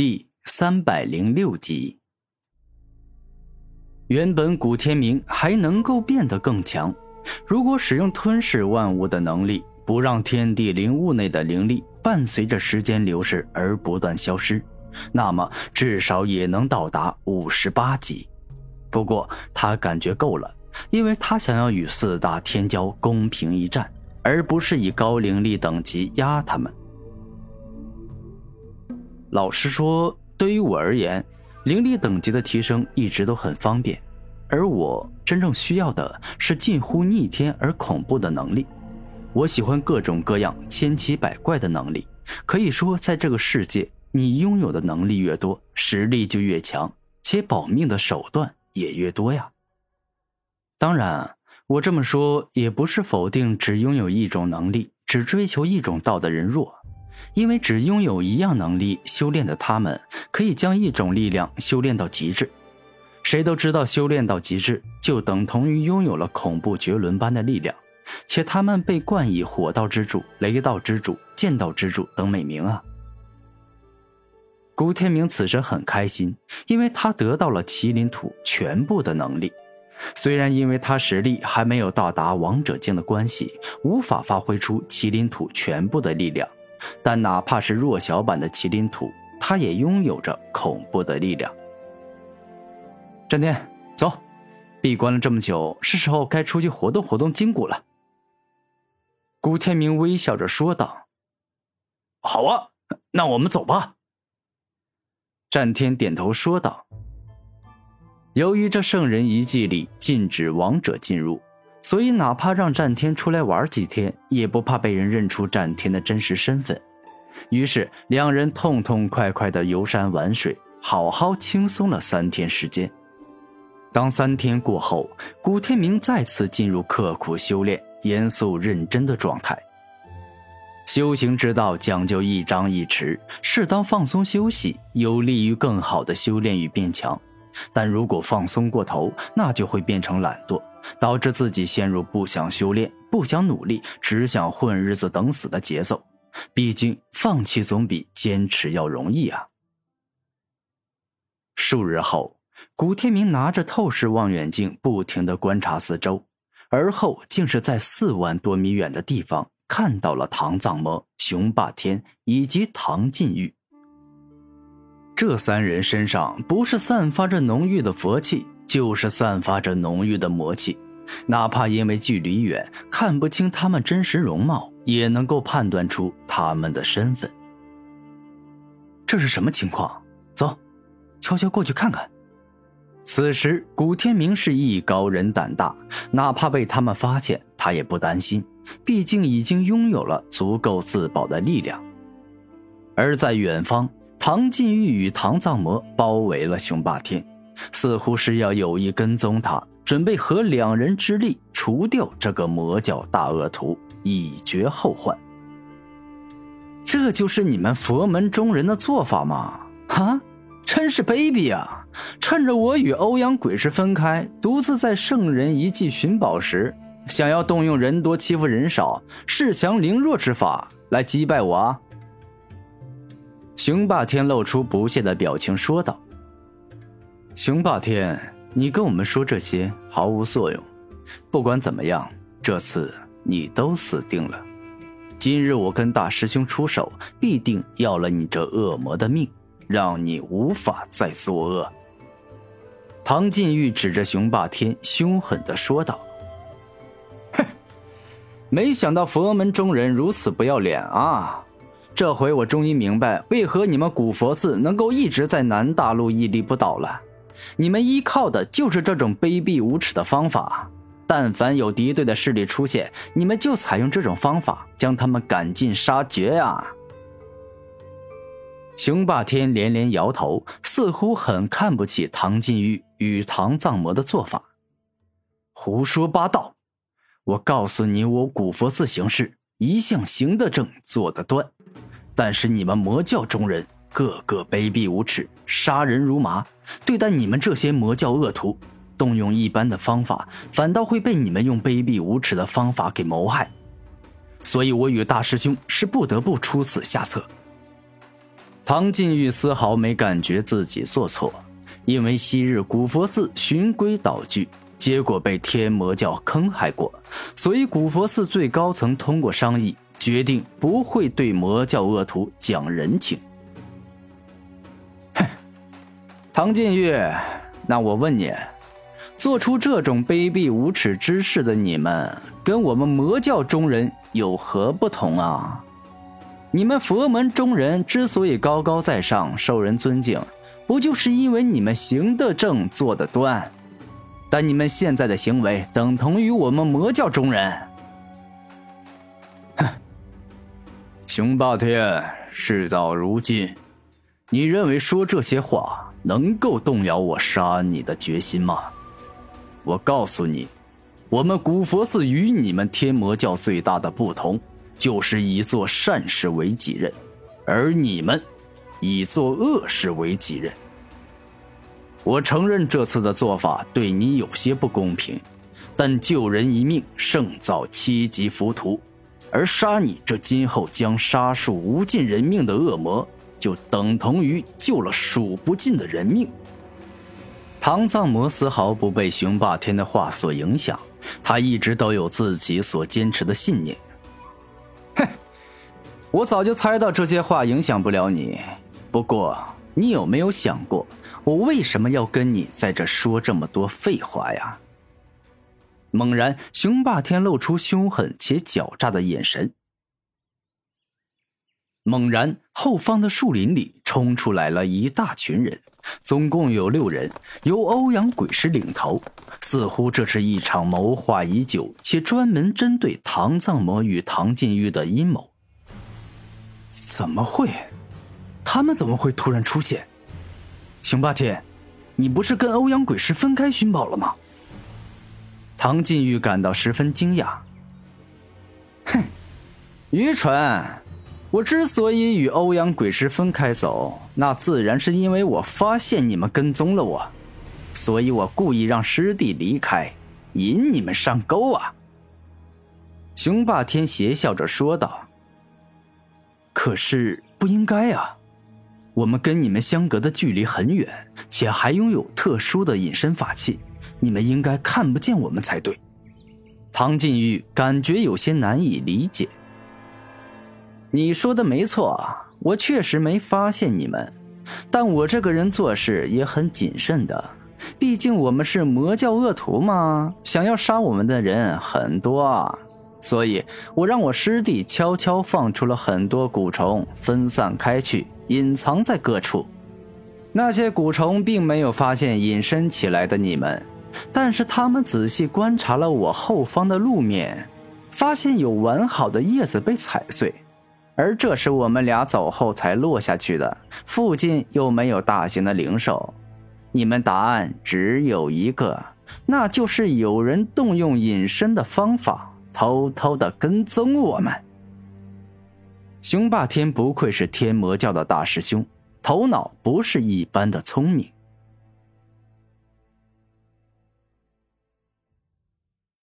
第306集。原本古天明还能够变得更强，如果使用吞噬万物的能力，不让天地灵物内的灵力伴随着时间流逝而不断消失，那么至少也能到达58级。不过他感觉够了，因为他想要与4大天骄公平一战，而不是以高灵力等级压他们。老实说，对于我而言，灵力等级的提升一直都很方便，而我真正需要的是近乎逆天而恐怖的能力。我喜欢各种各样千奇百怪的能力，可以说在这个世界，你拥有的能力越多，实力就越强，且保命的手段也越多呀。当然，我这么说也不是否定只拥有一种能力，只追求一种道的人弱，因为只拥有一样能力修炼的他们，可以将一种力量修炼到极致。谁都知道修炼到极致就等同于拥有了恐怖绝伦般的力量，且他们被冠以火道之主、雷道之主、剑道之主等美名啊。古天明此时很开心，因为他得到了麒麟土全部的能力。虽然因为他实力还没有到达王者境的关系，无法发挥出麒麟土全部的力量，但哪怕是弱小版的麒麟土，他也拥有着恐怖的力量。战天，走，闭关了这么久，是时候该出去活动活动筋骨了。古天明微笑着说道。好啊，那我们走吧。战天点头说道。由于这圣人遗迹里禁止王者进入，所以哪怕让战天出来玩几天，也不怕被人认出战天的真实身份。于是两人痛痛快快地游山玩水，好好轻松了3天时间。当3天过后，古天明再次进入刻苦修炼、严肃认真的状态。修行之道讲究一张一弛，适当放松休息，有利于更好的修炼与变强。但如果放松过头，那就会变成懒惰，导致自己陷入不想修炼、不想努力，只想混日子等死的节奏。毕竟放弃总比坚持要容易啊。数日后，古天明拿着透视望远镜不停地观察四周，而后竟是在4万多米远的地方看到了唐藏魔、雄霸天以及唐禁欲。这3人身上不是散发着浓郁的佛气，就是散发着浓郁的魔气，哪怕因为距离远看不清他们真实容貌，也能够判断出他们的身份。这是什么情况？走，悄悄过去看看。此时古天明是艺高人胆大，哪怕被他们发现，他也不担心，毕竟已经拥有了足够自保的力量。而在远方，唐禁欲与唐藏魔包围了雄霸天，似乎是要有意跟踪他，准备合2人之力除掉这个魔教大恶徒，以绝后患。这就是你们佛门中人的做法吗？哈，真是卑鄙啊！趁着我与欧阳鬼师分开，独自在圣人遗迹寻宝时，想要动用人多欺负人少、恃强凌弱之法来击败我啊！雄霸天露出不屑的表情说道。雄霸天，你跟我们说这些毫无作用，不管怎么样，这次你都死定了。今日我跟大师兄出手，必定要了你这恶魔的命，让你无法再作恶。唐禁欲指着雄霸天凶狠地说道。哼，没想到佛门中人如此不要脸啊！这回我终于明白为何你们古佛寺能够一直在南大陆屹立不倒了。你们依靠的就是这种卑鄙无耻的方法，但凡有敌对的势力出现，你们就采用这种方法将他们赶尽杀绝啊！雄霸天连连摇头，似乎很看不起唐禁欲与唐藏魔的做法。胡说八道！我告诉你，我古佛寺行事一向行得正，坐得端，但是你们魔教中人个个卑鄙无耻，杀人如麻，对待你们这些魔教恶徒，动用一般的方法，反倒会被你们用卑鄙无耻的方法给谋害。所以我与大师兄是不得不出此下策。 唐晋玉丝毫没感觉自己做错，因为昔日古佛寺循规蹈矩，结果被天魔教坑害过，所以古佛寺最高层通过商议，决定不会对魔教恶徒讲人情。哼，唐晋玉，那我问你，做出这种卑鄙无耻之事的你们，跟我们魔教中人有何不同啊？你们佛门中人之所以高高在上，受人尊敬，不就是因为你们行得正，坐得端？但你们现在的行为等同于我们魔教中人。哼，熊霸天，事到如今，你认为说这些话能够动摇我杀你的决心吗？我告诉你，我们古佛寺与你们天魔教最大的不同，就是以做善事为己任，而你们以做恶事为己任。我承认这次的做法对你有些不公平，但救人一命胜造7级浮屠，而杀你这今后将杀数无尽人命的恶魔，就等同于救了数不尽的人命。唐藏魔丝毫不被熊霸天的话所影响，他一直都有自己所坚持的信念。哼，我早就猜到这些话影响不了你，不过你有没有想过，我为什么要跟你在这说这么多废话呀？猛然，熊霸天露出凶狠且狡诈的眼神。猛然，后方的树林里冲出来了一大群人，总共有6人，由欧阳鬼师领头，似乎这是一场谋划已久且专门针对唐藏魔与唐晋玉的阴谋。怎么会？他们怎么会突然出现？熊霸天，你不是跟欧阳鬼师分开寻宝了吗？唐晋玉感到十分惊讶。哼，愚蠢！我之所以与欧阳鬼师分开走，那自然是因为我发现你们跟踪了我，所以我故意让师弟离开，引你们上钩啊！熊霸天邪笑着说道。可是不应该啊，我们跟你们相隔的距离很远，且还拥有特殊的隐身法器，你们应该看不见我们才对。唐晋玉感觉有些难以理解。你说的没错，我确实没发现你们，但我这个人做事也很谨慎的，毕竟我们是魔教恶徒嘛，想要杀我们的人很多啊，所以我让我师弟悄悄放出了很多蛊虫，分散开去，隐藏在各处。那些蛊虫并没有发现隐身起来的你们，但是他们仔细观察了我后方的路面，发现有完好的叶子被踩碎，而这是我们俩走后才落下去的，附近又没有大型的灵兽。你们答案只有一个，那就是有人动用隐身的方法，偷偷地跟踪我们。熊霸天不愧是天魔教的大师兄，头脑不是一般的聪明。